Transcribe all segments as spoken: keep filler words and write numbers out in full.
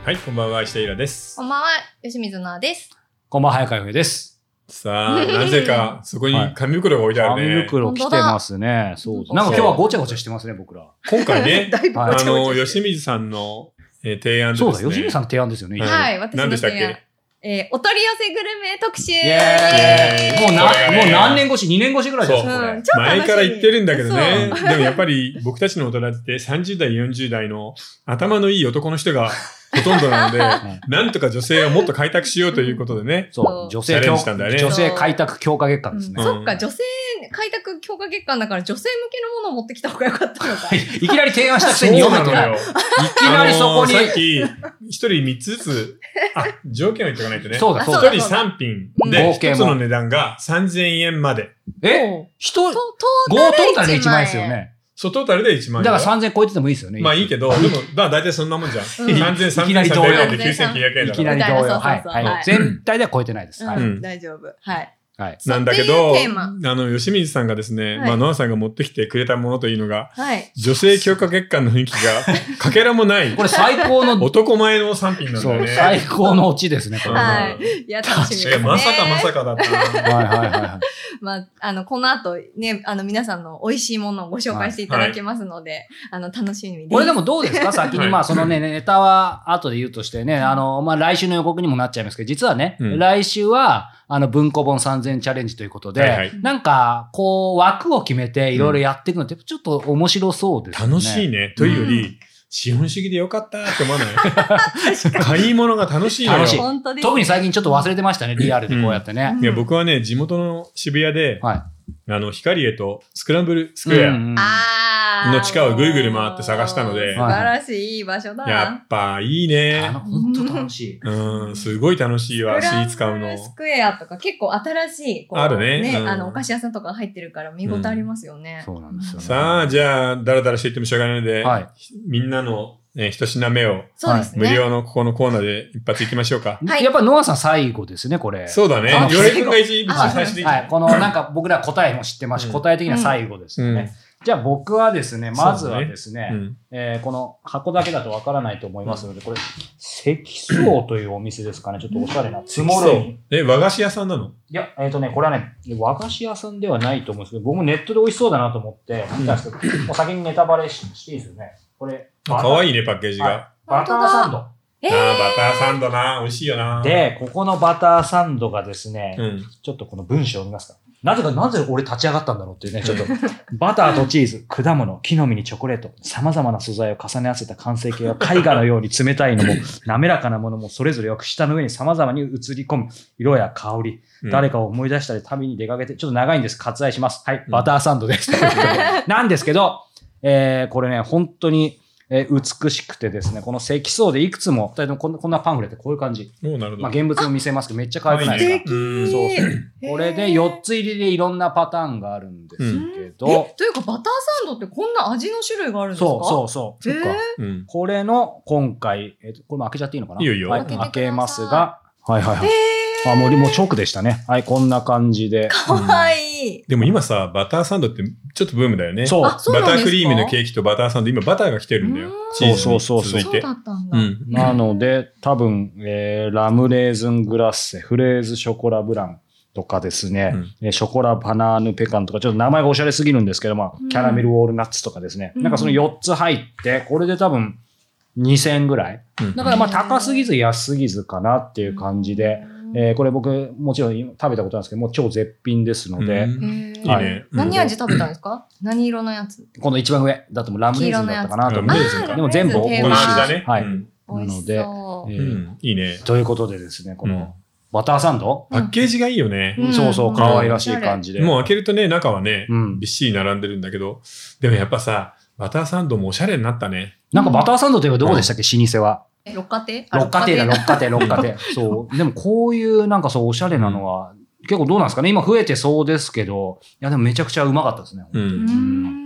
はい、こんばんは、石田イラです。 こんばんは、吉水奈です。 こんばんは、早川洋平です。 さあ、なぜか、そこに紙袋が置いてあるね。 紙袋来てますね。そう。なんか今日はごちゃごちゃしてますね、僕ら。 今回ね、 はい、 あの、吉水さんの、えー、提案ですね。 そうだ、吉水さんの提案ですよね。 はい、私の提案。 何でしたっけ？ えー、お取り寄せグルメ特集。イエーイもうな、ね、もう何年越し、にねん越しぐらいですよ、これ。 前から言ってるんだけどね。でもやっぱり僕たちの大人ってさんじゅう代、よんじゅう代の頭のいい男の人がほとんどなので、なんとか女性をもっと開拓しようということでね。 そう、女性強化、ね、女性開拓強化月間ですね。 うん、そっか、女性開拓強化月間だから女性向けのものを持ってきた方がよかったのか。 いきなり提案したくせに読めてない。いきなりそこに。 さっき、一人三つずつ、あ、条件を言っておかないとね。 そうだ、そうだ。一人三品で、一つの値段がさんぜんえんまで。 え人、トータルでいちまん円ですよね。 そう、トータルでいちまん円。 だからさんぜん超えててもいいですよね。 まあいいけど、でも、まあ大体そんなもんじゃん。さんぜんさんびゃくえんできゅうせんきゅうひゃくえんだから。 いきなり同様。はい。全体では超えてないです。 大丈夫。はい。 はい。なんだけど、あの、吉水さんがですね、まあ、ノアさんが持ってきてくれたものというのが、はい、女性強化月間の雰囲気が、かけらもない。 これ最高の。 男前のさん品なんだよね。 最高のオチですね、これ。 はい。いや、楽しみですね。 まさかまさかだったな。 はいはいはい。 まあ、あの、この後、ね、あの、皆さんの美味しいものをご紹介していただきますので、あの、楽しみです。 これでもどうですか先に、まあ、そのね、ネタは後で言うとしてね、あの、まあ、来週の予告にもなっちゃいますけど、実はね、来週は、あの、文庫本さんぜんチャレンジということで、はいはい、なんか、こう、枠を決めていろいろやっていくのって、ちょっと面白そうですね。 楽しいね。というより、うん、資本主義でよかったって思わない買い物が楽しいのよ。 楽しい。特に最近ちょっと忘れてましたね、リアルでこうやってね。 うん、いや、僕はね、地元の渋谷で、はい、あの、ヒカリエとスクランブルスクエアの地下をぐるぐる回って探したので、 素晴らしい、いい場所だ。 やっぱいいね。 あの、ほんと楽しい。 うん、すごい楽しいわ、スイーツ買うの。 スクエアとか結構新しい、 あるね。 ね、あの、お菓子屋さんとか入ってるから見応えありますよね。 そうなんですよ。 さあ、じゃあ、だらだらしていってもしょうがないので、みんなのね、一品目を、無料のここのコーナーで一発いきましょうか。 はい。やっぱノアさん最後ですね、これ。 そうだね。ヨレ君が一番最初でいい。 はい。このなんか僕ら答えも知ってますし、答え的には最後ですよね。じゃあ僕はですね、まずはですね、えこの箱だけだとわからないと思いますので、これ、積層というお店ですかね。ちょっとおしゃれな。 積層。え、和菓子屋さんなの？ いや、えっとね、これはね、和菓子屋さんではないと思うんですけど、僕もネットで美味しそうだなと思って見たんですけど、もう先にネタバレしていいですよね。これ。 かわいいね、パッケージが。 バターサンド。 えー、 ああ、バターサンドな。美味しいよな。 で、ここのバターサンドがですね、うん、ちょっとこの文章を見ますか。なぜか、なぜ俺立ち上がったんだろうっていうね、ちょっと、バターとチーズ、果物、木の実にチョコレート、様々な素材を重ね合わせた完成形は絵画のように冷たいのも、滑らかなものもそれぞれよく舌の上に様々に映り込む色や香り、うん、誰かを思い出したり旅に出かけて、ちょっと長いんです。割愛します。はい、バターサンドです。うん、なんですけど、えー、これね、本当に、えー、美しくてですね、この積層でいくつも、二人ともこんな、こんなパンフレットこういう感じ。 おなるほど。 まあ、現物を見せますけど、めっちゃ可愛くないですか？ 素敵。 そうそう。これでよっつ入りでいろんなパターンがあるんですけど。 え、というかバターサンドってこんな味の種類があるんですか？ そうそうそう。 えー、 そっか、うん。これの今回、えっと、これも開けちゃっていいのかな？ いいよいいよ。 はい、開けますが、はいはいはい。あ、もう、もう直でしたね。はい、こんな感じで。 かわいい。 でも今さ、バターサンドってちょっとブームだよね。 そう。 バタークリームのケーキとバターサンド、今バターが来てるんだよ。 そうそうそうそう。 そうだったんだ。 うん。なので、多分、えー、ラムレーズングラッセ、フレーズショコラブランとかですね、うん、ショコラバナーヌペカンとか、ちょっと名前がおしゃれすぎるんですけど、まあ、キャラメルウォールナッツとかですね。うん、なんかそのよっつ入って、これで多分にせんえんぐらい。うん、だからまあ高すぎず安すぎずかなっていう感じで、えー、これ僕もちろん食べたことなんですけどもう超絶品ですので、 うん、はい、いいね、うん、何味食べたんですか？何色のやつ？ この一番上だともラムレーズンだったかなと思うんですけど、でも全部美味しいです。 ね、 はい。 うん、 なので、えーうん、いいね。 ということでですね、このバターサンド、 パッケージがいいよね。 うん、そうそう、可愛らしい感じで。 もう開けるとね、中はね、うん、びっしり並んでるんだけど、でもやっぱさ、バターサンドもおしゃれになったね。 なんかバターサンドといえばどこでしたっけ、老舗は。 六花亭六花亭だ、六花亭、六花亭。そう。でもこういうなんかそうおしゃれなのは、結構どうなんですかね？今増えてそうですけど、いやでもめちゃくちゃうまかったですね。 うん。うん、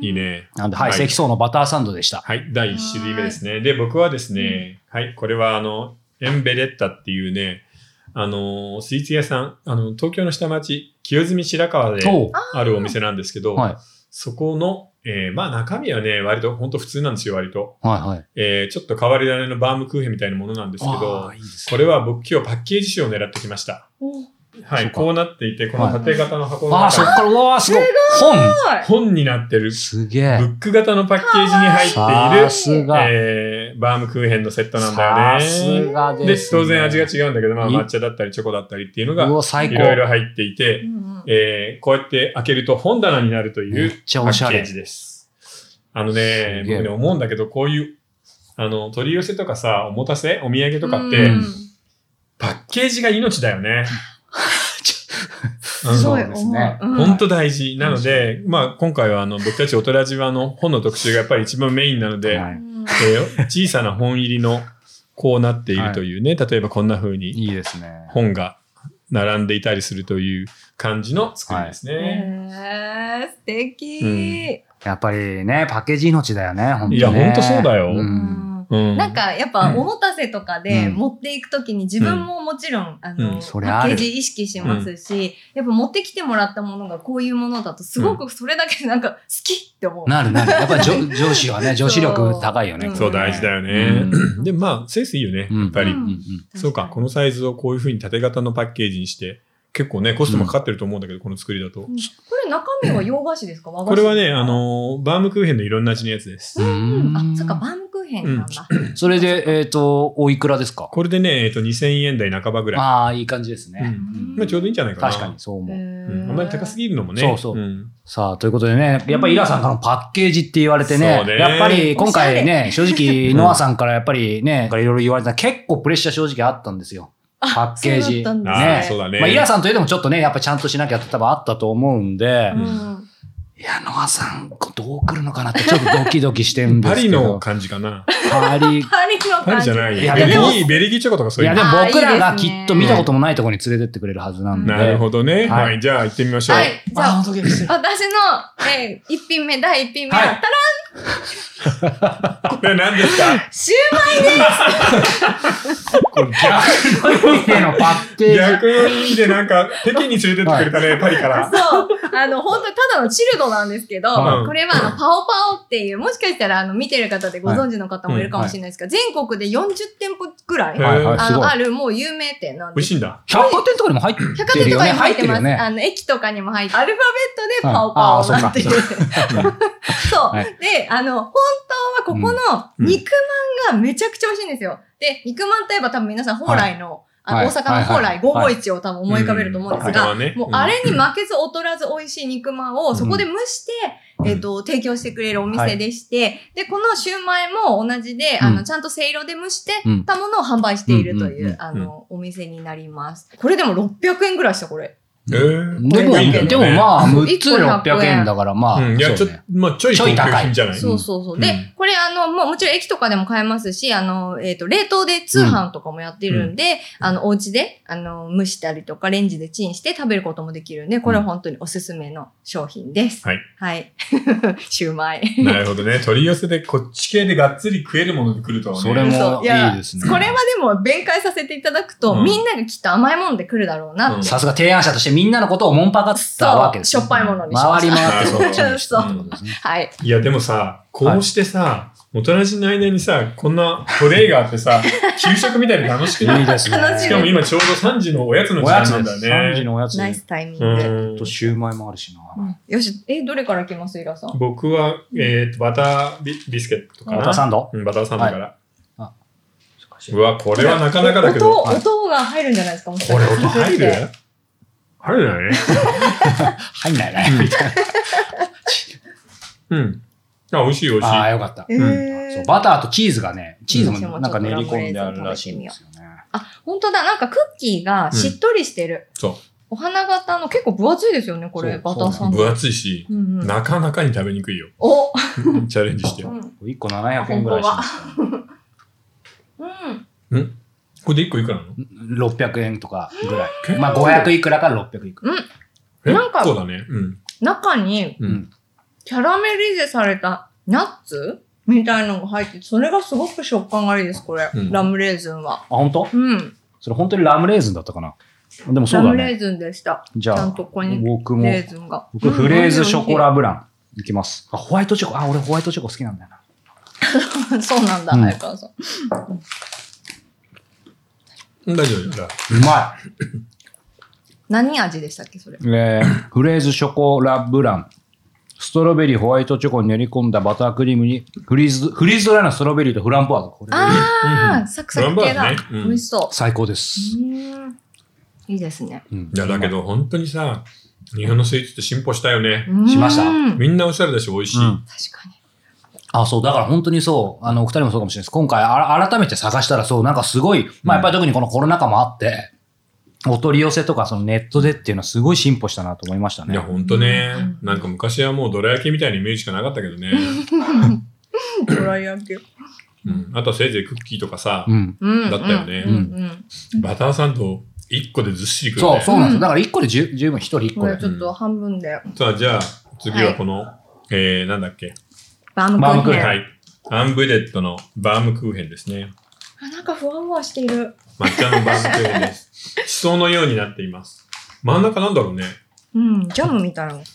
いいね。 なんで、はい、積層のバターサンドでした。 はい、だいいち種類目ですね。で、僕はですね、はい、これはあの、エンベレッタっていうね、あの、スイーツ屋さん、あの、東京の下町、清澄白河であるお店なんですけど、はい、 そこの、えー、まあ中身はね、割と本当普通なんですよ、割と。 はいはい。 えー、ちょっと変わり種のバームクーヘンみたいなものなんですけど、 いいですね、 これは僕今日パッケージ賞を狙ってきました。はい、こうなっていて、この縦型の箱の中に、はい、 あ、そっから、うわー、すごい。 本本になってる。 すげえ。 ブック型のパッケージに入っている、 さすが、 えー、バームクーヘンのセットなんだよね。 さすがです、 ね。で、当然味が違うんだけど、まあ抹茶だったりチョコだったりっていうのが、いろいろ入っていて、えー、こうやって開けると本棚になるというパッケージです。あのね、僕ね、思うんだけど、こういう、あの、取り寄せとかさ、おもたせ、お土産とかって、パッケージが命だよね。 すごいですね。 本当大事。なので、まあ今回はあの僕たちオトラジはの本の特集がやっぱり一番メインなので、はい、えー、小さな本入りのこうなっているというね、はい、例えばこんな風に本が並んでいたりするという感じの作りですね。はい、 えー、素敵、 うん、やっぱりね、パッケージ命だよね、本当に、ね。 いや、本当そうだよ。 うんうん、なんかやっぱおもたせとかで持っていくときに自分ももちろん、うん、あの、うん、パッケージ意識しますし、うん、やっぱ持ってきてもらったものがこういうものだとすごくそれだけでなんか好きって思う。 なるなる。やっぱり上上司はね、上司力高いよね。 そう、そう大事だよね。うん、で、まあセンスいいよね、やっぱり、うんうんうん。そうか、このサイズをこういう風に縦型のパッケージにして、結構ね、コストもかかってると思うんだけど、うん、この作りだと。 これ中身は洋菓子ですか？和菓子？ これはね、あの、バームクーヘンのいろんな味のやつです。 うん。あ、そっか、バームクーヘンなんだ。 うん、それで、えっ、ー、と、おいくらですか？ これでね、えっ、ー、と、にせんえん台半ばぐらい。 ああ、いい感じですね。 うん。まあ、ちょうどいいんじゃないかな。 確かに、そう思う。うん、 あんまり高すぎるのもね。 そうそう。うん、さあ、ということでね、やっぱりイラさんからのパッケージって言われてね、ねやっぱり今回ね、正直、ノアさんからやっぱりね、いろいろ言われた結構プレッシャー正直あったんですよ。パッケージ。 ね。 そうだね。 まあ、イラさんといえどもちょっとね、やっぱちゃんとしなきゃって多分あったと思うんで、うん、いや、ノアさん、どう来るのかなってちょっとドキドキしてるんですけど。 パリの感じかな。 パリ。 パリの感じ。 パリじゃない。いや、ベルギー、ベルギーチョコとかそういう。 いや、でも僕らがきっと見たこともないところに連れてってくれるはずなんで。 なるほどね。はい、はい。じゃあ行ってみましょう。 はい。じゃあ、私の、えー、一品目、だい一品目は、はい、たらんこれ何ですか？ シューマイですこれ逆の意味でのパッケージ。 逆の意味でなんか、北京に連れてってくれたね、はい、パリから。 そう。あの、本当にただのチルドなんですけど、うん、これはあの、パオパオっていう、もしかしたらあの、見てる方でご存知の方もいるかもしれないですが、はいうんはい、全国でよんじゅってんぽくらい、はいはい、あの、あるもう有名店なんです。 美味しいんだ。 百貨店とかにも入ってるよね。 百貨店とかにも入ってます。ね、あの、駅とかにも入って、アルファベットでパオパオなんていう。そう。で、あの、本当はここの肉まんがめちゃくちゃ美味しいんですよ。で、肉まんといえば多分皆さん、蓬莱の、あの、大阪の蓬莱ごーごーいちを多分思い浮かべると思うんですが、もうあれに負けず劣らず美味しい肉まんをそこで蒸して、えっと、提供してくれるお店でして、で、このシューマイも同じで、あの、ちゃんとせいろで蒸してたものを販売しているという、あの、お店になります。これでもろっぴゃくえんぐらいした、これ。 えー、 でも、ね、でもまあ、むっつろっぴゃくえんだからまあ、 うん、いや、ちょっと、まあ、ちょい高いんじゃない？ そうそうそう。で、うん、これあの、もうもちろん駅とかでも買えますし、あの、えっと、冷凍で通販とかもやってるんで、うん、あの、お家で、あの、蒸したりとか、レンジでチンして食べることもできるんで、これは本当におすすめの商品です。 はい。 はい。シューマイ。 なるほどね。取り寄せでこっち系でがっつり食えるもので来るとはね。 それもいいですね。 これはでも弁解させていただくと、うん、みんながきっと甘いもので来るだろうなって。 さすが提案者としてみんなのことをもんぱかったわけです、 ね。しょっぱいものにしました。 回り回ってそう。 そう。はい。 いや、でもさ、こうしてさ、はい、大人じの間にさ、こんなトレイがあってさ、給食みたいで楽しくない？ いいですね。 しかも今ちょうどさんじのおやつの時間なんだね。 さんじのおやつ。 ナイスタイミング。 とシューマイもあるしな。 うん、よし、え、どれから来ますイラさん？ 僕は、えっと、バタービ、ビスケットかな。 バターサンド？ うん、バターサンドから。はい、あうわ、これはなかなかだけど。 音、音が入るんじゃないですか？これ音入る？入るない入んないね。みたいな。 うん。あ、美味しい美味しい。 ああ、よかった。うん。そう、バターとチーズがね、チーズもなんか練り込んであるらしいんですよね。 あ、本当だ。なんかクッキーがしっとりしてる。 そう。 お花形の結構分厚いですよね、これ、バターサンド。 分厚いし、なかなかに食べにくいよ。 おチャレンジして。 いっこななひゃくえんぐらいします。 うん。 んこれでいっこいくらなの？ ろっぴゃくえんとかぐらい。まあごひゃくいくらからろっぴゃくいくら。 うん。なんか、 そうだね。うん。 中に、キャラメリゼされたナッツみたいなのが入ってて、それがすごく食感がいいです、これ。うん、ラムレーズンは。 あ、本当？ うん。 それ本当にラムレーズンだったかな？でもそうだね。 ラムレーズンでした。 じゃあ、 ちゃんとここに僕も、 レーズンが。 僕フレーズショコラブラン。 いきます。あ、ホワイトチョコ。あ、俺ホワイトチョコ好きなんだよな。そうなんだ、早川さん。 大丈夫だ。 うまい。 何味でしたっけ、それ。 えー、フレーズショコラブラン。ストロベリー、ホワイトチョコに練り込んだバタークリームに、フリーズ、フリーズドライのストロベリーとフランボワーズ。これああ、サクサク系だ。美味しそう。 最高です。 いいですね。 いや、だけど本当にさ、日本のスイーツって進歩したよね。 しました。 みんなおしゃれだし美味しい。 確かに。 あ、そう、だから本当にそう、あの、お二人もそうかもしれないです。今回あ、改めて探したらそう、なんかすごい、まあやっぱり特にこのコロナ禍もあって、お取り寄せとかそのネットでっていうのはすごい進歩したなと思いましたね。 いや、ほんとね。なんか昔はもうどら焼きみたいなイメージしかなかったけどね。 どら焼き。 うん。あとはせいぜいクッキーとかさ、うん、だったよね。バターサンドいっこでずっしりくるね。 そう、そうなんですよ。だからいっこで十分、ひとりいっこで。 これちょっと半分で。 さあ、じゃあ次はこの、はい、えー、なんだっけ。 バームクーヘン。 はい。アンブレッドのバームクーヘンですね。 あ、なんかふわふわしている。 抹茶のバームクーヘンです。地層のようになっています。真ん中なんだろうね。 うん、ジャムみたいなの。はい、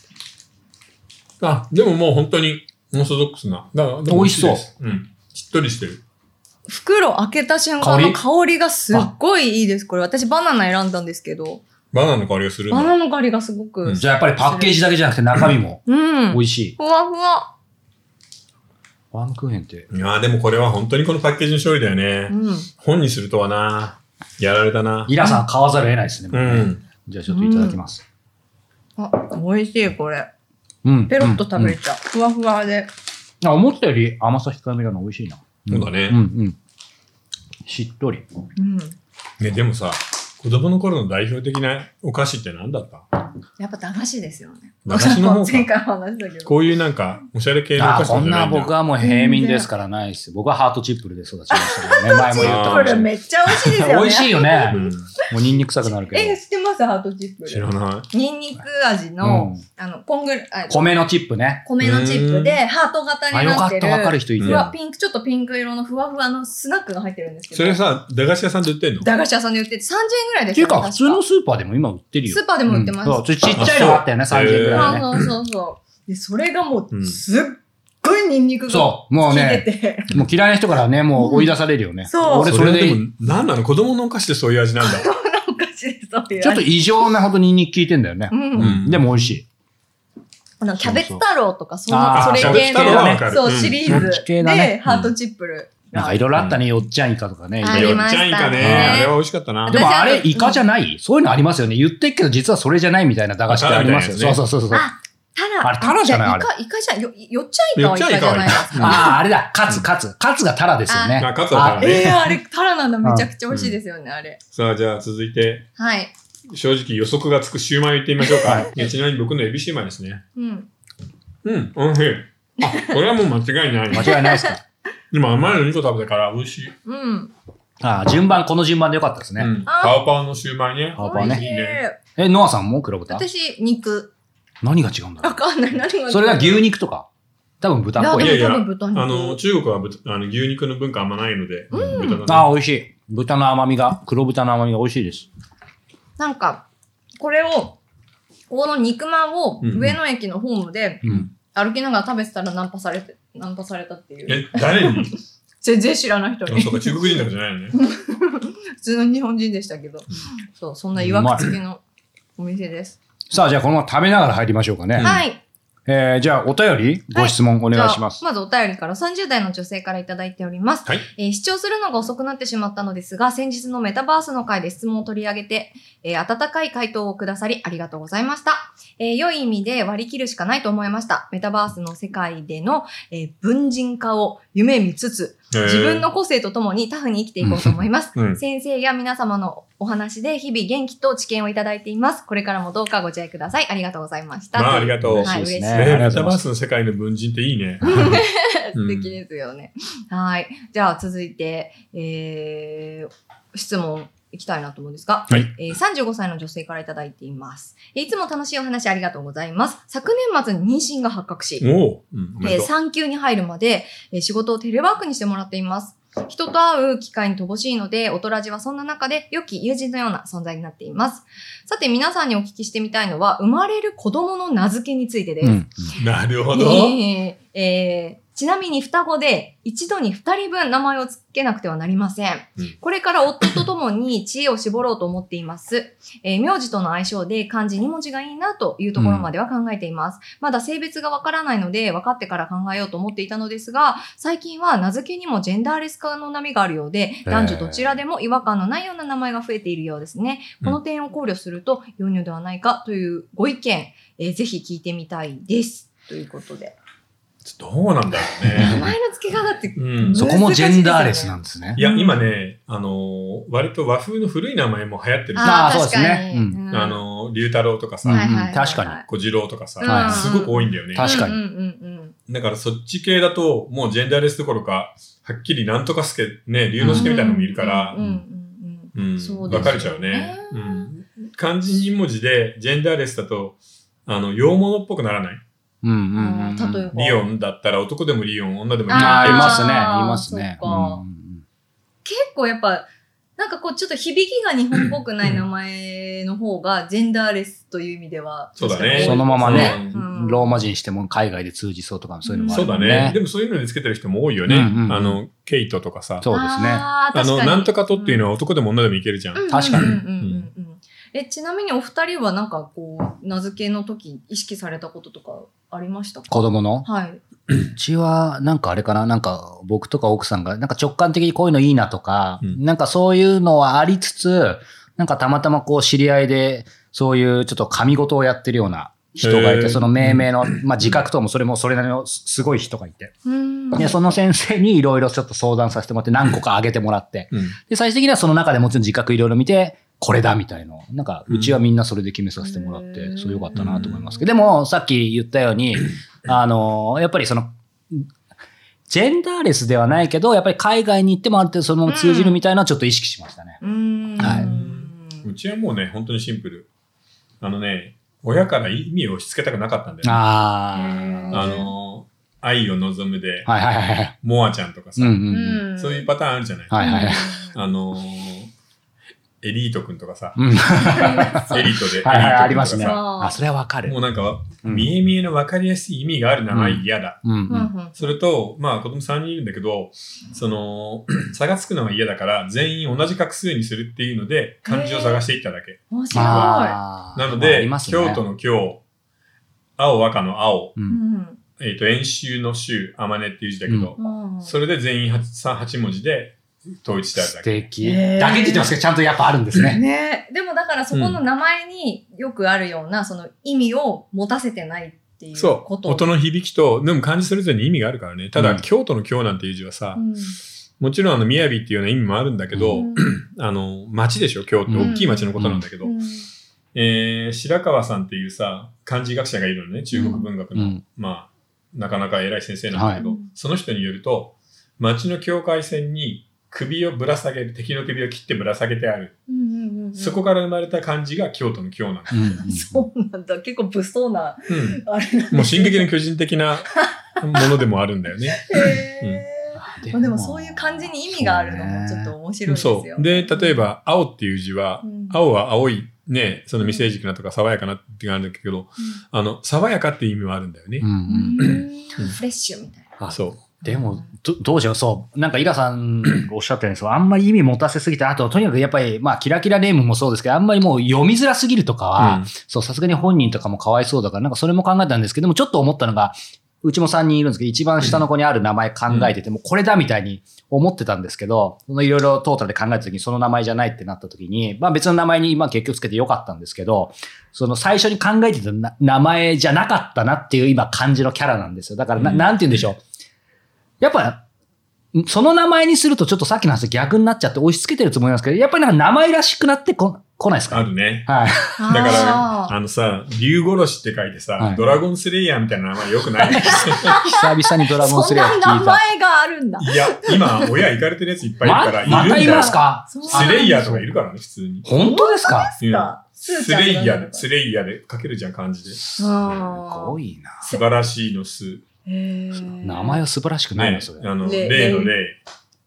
あ、でももう本当にオーソドックスな。だから美味しそう。 うん。しっとりしてる。 袋開けた瞬間の香りがすっごいいいです。これ私バナナ選んだんですけど。 バナナの香りがするんだ。 バナナの香りがすごく、 うん。じゃあやっぱりパッケージだけじゃなくて中身も。うん。美味しい。 ふわふわ。 バームクーヘンって。 いやーでもこれは本当にこのパッケージの勝利だよね。うん。本にするとはな。やられたな。 イラさん買わざるを得ないですね。うん。じゃあちょっといただきます。 うん、あ、美味しいこれ。うん。ペロッと食べれちゃう。ふわふわで。 あ、思ったより甘さ控えめなの美味しいな。 そうだね。 うんうん。しっとり。 うん。 ね、でもさ、子供の頃の代表的なお菓子って何だった？ やっぱ駄菓子ですよね。 駄菓子の方前回話したけど。 こういうなんか、おしゃれ系のお菓子じゃないんだ。 こんな僕はもう平民ですからないです。僕はハートチップルで育ちましたからね。前も言ったかもしれない。ハートチップルめっちゃ美味しいですよね。 美味しいよね。うん、もうニンニク臭くなるけど。 え、知ってますハートチップル。 知らない。 ニンニク味の、うん、あの、こんぐらい。 米のチップね。 米のチップで、ハート型になってる。あ、よかった、 わかる人いて。 ふわ、ピンク、ちょっとピンク色のふわふわのスナックが入ってるんですけど。 それさ、駄菓子屋さんで売ってんの？ 駄菓子屋さんで売ってて、さんじゅうえんぐらいですよ。 っていうか、普通のスーパーでも今売ってるよ。 スーパーでも売ってます。 そう、ちっちゃいのがあったよね、さんじゅうえんぐらいね。 そうそうそう。で、それがもう、すっごいニンニクがそう、もうね、もう嫌いな人からね、もう追い出されるよね。 そう。 俺それでも、なんなの子供のお菓子でそういう味なんだ。 子供のお菓子でそういう味。 ちょっと異常なほどニンニク効いてんだよね。うん。でも美味しい。 あの、キャベツ太郎とか、その、それ系の、そう、シリーズで、ハートチップル。 なんかいろいろあったね、よっちゃんイカとかね。 ありましたね。 よっちゃんイカね。あれは美味しかったな。 でもあれ、イカじゃないそういうのありますよね。言ってっけど、実はそれじゃないみたいな駄菓子ってありますよね。そうそうそうそう。 あ、タラ。 あれ、タラじゃないあれ。 イカ、イカじゃん。よ、よっちゃんイカはイカじゃないですか。 ああ、あれだ。カツ、カツ。カツがタラですよね。 あ、カツはタラね。 ええ、あれ、タラなんだ。めちゃくちゃ美味しいですよね、あれ。 さあ、じゃあ続いて。 はい。 正直予測がつくシューマイ言ってみましょうか。ちなみに僕のエビシューマイですね。うん。うん、おいしい。あ、これはもう間違いない。 間違いないですか。 でも甘いのにこ食べたから美味しい。 うん。 ああ、順番、この順番でよかったですね。うん。 パオパオのシューマイね。 パオパオね。いいね。え、ノアさんも黒豚？ 私、肉。 何が違うんだろう？ わかんない。何が違う？ それが牛肉とか。多分豚っぽい。 いやいや、あの、中国はあの牛肉の文化あんまないので。 うん。 豚ああ、美味しい。豚の甘みが、黒豚の甘みが美味しいです。 なんか、これを、この肉まんを上野駅のホームで、歩きながら食べてたらナンパされて、ナンパされたっていう。 え、誰に？ 全然知らない人に。 そうか、中国人だけじゃないよね。 普通の日本人でしたけど。そう、そんないわくつきのお店です。 さあ、じゃあこのまま食べながら入りましょうかね。 はい。 えー、じゃあ、お便り、ご質問お願いします。 まずお便りからさんじゅう代の女性からいただいております。はい。えー、視聴するのが遅くなってしまったのですが、先日のメタバースの回で質問を取り上げて、えー、温かい回答をくださりありがとうございました。えー、良い意味で割り切るしかないと思いました。メタバースの世界での、えー、文人化を夢見つつ、自分の個性とともにタフに生きていこうと思います。うん、先生や皆様のお話で日々元気と知見をいただいています。これからもどうかご自愛ください。ありがとうございました。 まあ、ありがとう。 はい、嬉しいですね。メタバースの世界の文人っていいね。 素敵ですよね。うん、はい。じゃあ続いて、えー、質問いきたいなと思うんですが、はいえー、さんじゅうごさいの女性からいただいています。いつも楽しいお話ありがとうございます。昨年末に妊娠が発覚し、お、うんえー、産休に入るまで、えー、仕事をテレワークにしてもらっています。 人と会う機会に乏しいので、オトラジはそんな中で良き友人のような存在になっています。さて皆さんにお聞きしてみたいのは、生まれる子供の名付けについてです。うん、 なるほど。 えーえーちなみに双子で一度に二人分名前を付けなくてはなりません。うん、これから夫と共に知恵を絞ろうと思っています。えー、名字との相性で漢字に文字がいいなというところまでは考えています。うん、まだ性別がわからないので分かってから考えようと思っていたのですが、最近は名付けにもジェンダーレス化の波があるようで、男女どちらでも違和感のないような名前が増えているようですね。この点を考慮すると容易ではないかというご意見、えー、ぜひ聞いてみたいです。ということで。 どうなんだろうね。 名前の付け方って、 うん、そこもジェンダーレスなんですね。 いや、今ね、あのー、割と和風の古い名前も流行ってるじゃん。 ああ、そうですね。 うん、あのー、龍太郎とかさ、 うんうん、確かに。 小次郎とかさ、うん、すごく多いんだよね。 確かに。 だからそっち系だと、もうジェンダーレスどころか、はっきりなんとかすけ、ね、龍之介みたいなのもいるから、うん、分かれちゃうね。うん。漢字に文字で、ジェンダーレスだと、あの、洋物っぽくならない。 うんうんうん、 例えばリオンだったら男でもリオン、女でもリオン。 ああ、いますね。いますね。うん、 結構やっぱ、なんかこうちょっと響きが日本っぽくない名前の方がジェンダーレスという意味では。 そうだね。 そのままね、うん、ローマ字にしても海外で通じそうとかそういうのもある、ね。 そうだね。でもそういうのにつけてる人も多いよね。うんうん、あの、ケイトとかさ。 そうですね。 あ, あの、なんとかとっていうのは男でも女でもいけるじゃん。 うん、確かに。 え、ちなみにお二人はなんかこう、名付けの時意識されたこととかありましたか？ 子供の？ はい。 うちは、なんかあれかな、なんか僕とか奥さんが、なんか直感的にこういうのいいなとか、うん、なんかそういうのはありつつ、なんかたまたまこう知り合いで、そういうちょっと神事をやってるような人がいて、その命名の、まあ自覚ともそれもそれなりのすごい人がいて。で、その先生にいろいろちょっと相談させてもらって、何個かあげてもらって、で、最終的にはその中でもちろん自覚いろいろ見て、これだみたいな。なんか、うちはみんなそれで決めさせてもらって、うん、そうよかったなと思いますけど。でも、さっき言ったように、あの、やっぱりその、ジェンダーレスではないけど、やっぱり海外に行ってもある程度そのまま通じるみたいなのはちょっと意識しましたね。 うん、 はい。 うちはもうね、本当にシンプル。あのね、親から意味を押し付けたくなかったんだよね。 ああの、愛を望むで、 はいはいはい、 モアちゃんとかさ、 うんうんうん、 そういうパターンあるじゃない。 はいはいはい、 あの、エリートくんとかさ、 うん、エリートでエリートくんとかさ、 はいはい、ありますね。あ、それはわかる。 もうなんか、うん、見え見えのわかりやすい意味がある名前嫌だ。 うんうん、 それと、まあ子供さんにんいるんだけど、その、差がつくのが嫌だから、全員同じ画数にするっていうので、漢字を探していっただけ。 面白い。 なので、ね、京都の京、青赤の青、 うん、 えっと、演習の週、あまねっていう字だけど、うん、それで全員 8, はち文字で、統一してあるだけ。 素敵。だけって言ってますけど、ちゃんとやっぱあるんですね。 ね。でもだからそこの名前によくあるような、その意味を持たせてないっていうこと。 そう。音の響きと、でも漢字それぞれに意味があるからね。ただ、うん、京都の京なんていう字はさ、うん、もちろんあの、雅っていうような意味もあるんだけど、うん、あの、町でしょ、京都。大きい町のことなんだけど、うん、えー、白川さんっていうさ、漢字学者がいるのね、中国文学の。うん、まあ、なかなか偉い先生なんだけど、はい、その人によると、町の境界線に、首をぶら下げる、敵の首を切ってぶら下げてある。 うんうんうん、 そこから生まれた漢字が京都の京なんだ。 うんうん、そうなんだ。結構物騒な、 うん、あれなんもう進撃の巨人的なものでもあるんだよね。 へー。うん、まあ、でもそういう漢字に意味があるのもちょっと面白いですよ。 そう。で、例えば、青っていう字は、うん、青は青い、ね、その未成熟なとか爽やかなっていうのがあるんだけど、うん、あの、爽やかっていう意味はあるんだよね。 うんうん、フレッシュみたいな。 あ、そう。でも、ど、どうしよう、そう。なんか、イラさんおっしゃったように、そう、あんまり意味持たせすぎて、あと、とにかくやっぱり、まあ、キラキラネームもそうですけど、あんまりもう読みづらすぎるとかは、うん、そう、さすがに本人とかもかわいそうだから、なんかそれも考えたんですけど、でもちょっと思ったのが、うちもさんにんいるんですけど、一番下の子にある名前考えてて、もうこれだみたいに思ってたんですけど、いろいろトータルで考えた時にその名前じゃないってなった時に、まあ別の名前に今結局つけてよかったんですけど、その最初に考えてた名前じゃなかったなっていう今感じのキャラなんですよ。だからな、なんて言うんでしょう。やっぱ、その名前にするとちょっとさっきの話と逆になっちゃって押し付けてるつもりなんですけど、やっぱりなんか名前らしくなってこ、来ないですか？ あるね。 はい。 だから、あのさ、竜殺しって書いてさ、はい、ドラゴンスレイヤーみたいな名前よくない久 々にドラゴンスレイヤー聞いた。 そんな名前があるんだ。 いや、今、親行かれてるやついっぱいいるから、いるんだよ。 またいますか？ スレイヤーとかいるからね、普通に。 本当ですか？ うん、 スレイヤーで、スレイヤーで書けるじゃん、漢字で。 すごいな。 素晴らしいのす。 名前は素晴らしくないの、それ。 あの、例の例。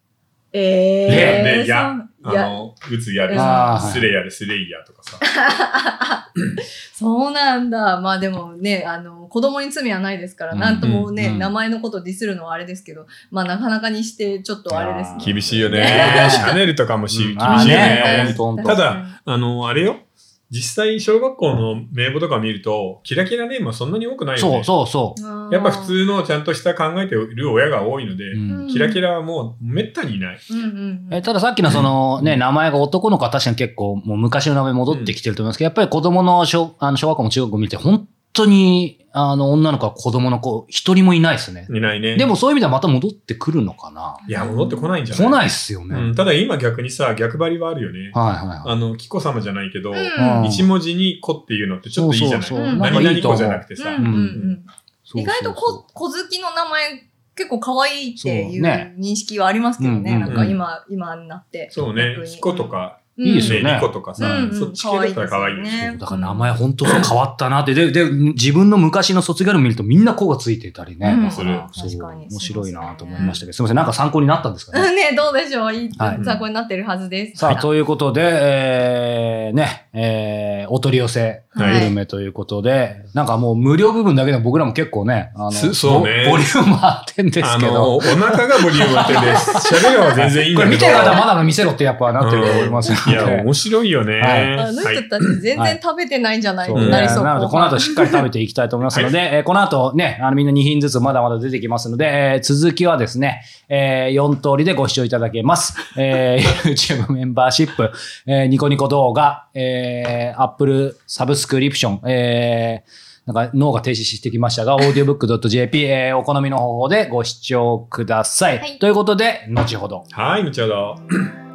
ええー。ね、や、あの、打つやるさ、スレイヤーでスレイヤーとかさ。 そうなんだ。まあでもね、あの、子供に罪はないですから、うん、なんともね、うん、名前のことディスるのはあれですけど、まあなかなかにしてちょっとあれですね。 厳しいよね。シャネルとかもし、厳しいよね。ただ、あの、あれよ。実際、小学校の名簿とか見ると、キラキラネームはそんなに多くないよね。 そうそうそう。やっぱ普通のちゃんとした考えている親が多いので、うん、キラキラはもうめったにいない。うんうん、 えたださっきのそのね、名前が男の子は確かに結構もう昔の名前戻ってきてると思いますけど、やっぱり子供の小、あの小学校も中学校見て、本当に、あの、女の子は子供の子、一人もいないですね。 いないね。 でもそういう意味ではまた戻ってくるのかな。 いや、戻ってこないんじゃない？ 来ないっすよね。 うん、ただ今逆にさ、逆張りはあるよね。 はいはいはい。 あの、キコ様じゃないけど、うん、一文字に子っていうのってちょっといいじゃない？そうそうそう、何々子じゃなくてさ。 意外と子、子好きの名前、結構可愛いっていう認識はありますけどね。なんか今、今になって。 そうね。キコとか。 いいですよね。 リコとかさ、うんうん、そっち系だったら可愛いね。 だから名前本当そう変わったなって。で、で、自分の昔の卒業論見るとみんな子がついてたりね。 うん、それ。確かに。 面白いなと思いましたけど、すみません、なんか参考になったんですかね。 ね、どうでしょう。いい参考になってるはずです。 さあ、ということで、えー、ね、えー、お取り寄せグルメということで、はい、なんかもう無料部分だけでも僕らも結構ね、あの、 そうね。 ボリューム満点ですけど。あの、 お腹がボリューム満点です。喋るのは全然いいんだけど。 これ見てる方はまだの見せろってやっぱなってると思いますので。いや、面白いよね。はい、 あの人たち全然食べてないんじゃないってなりそう。 なので、この後しっかり食べていきたいと思いますので、はい、えー、この後ね、あのみんなに品ずつまだまだ出てきますので、えー、続きはですね、えー、よん通りでご視聴いただけます。えー、YouTube メンバーシップ、えー、ニコニコ動画、えー、Apple サブスクリプション、えー、なんか脳が停止してきましたが、オーディオブックドットジェーピー、えー、お好みの方法でご視聴ください。はい、ということで、後ほど。 はい、後ほど。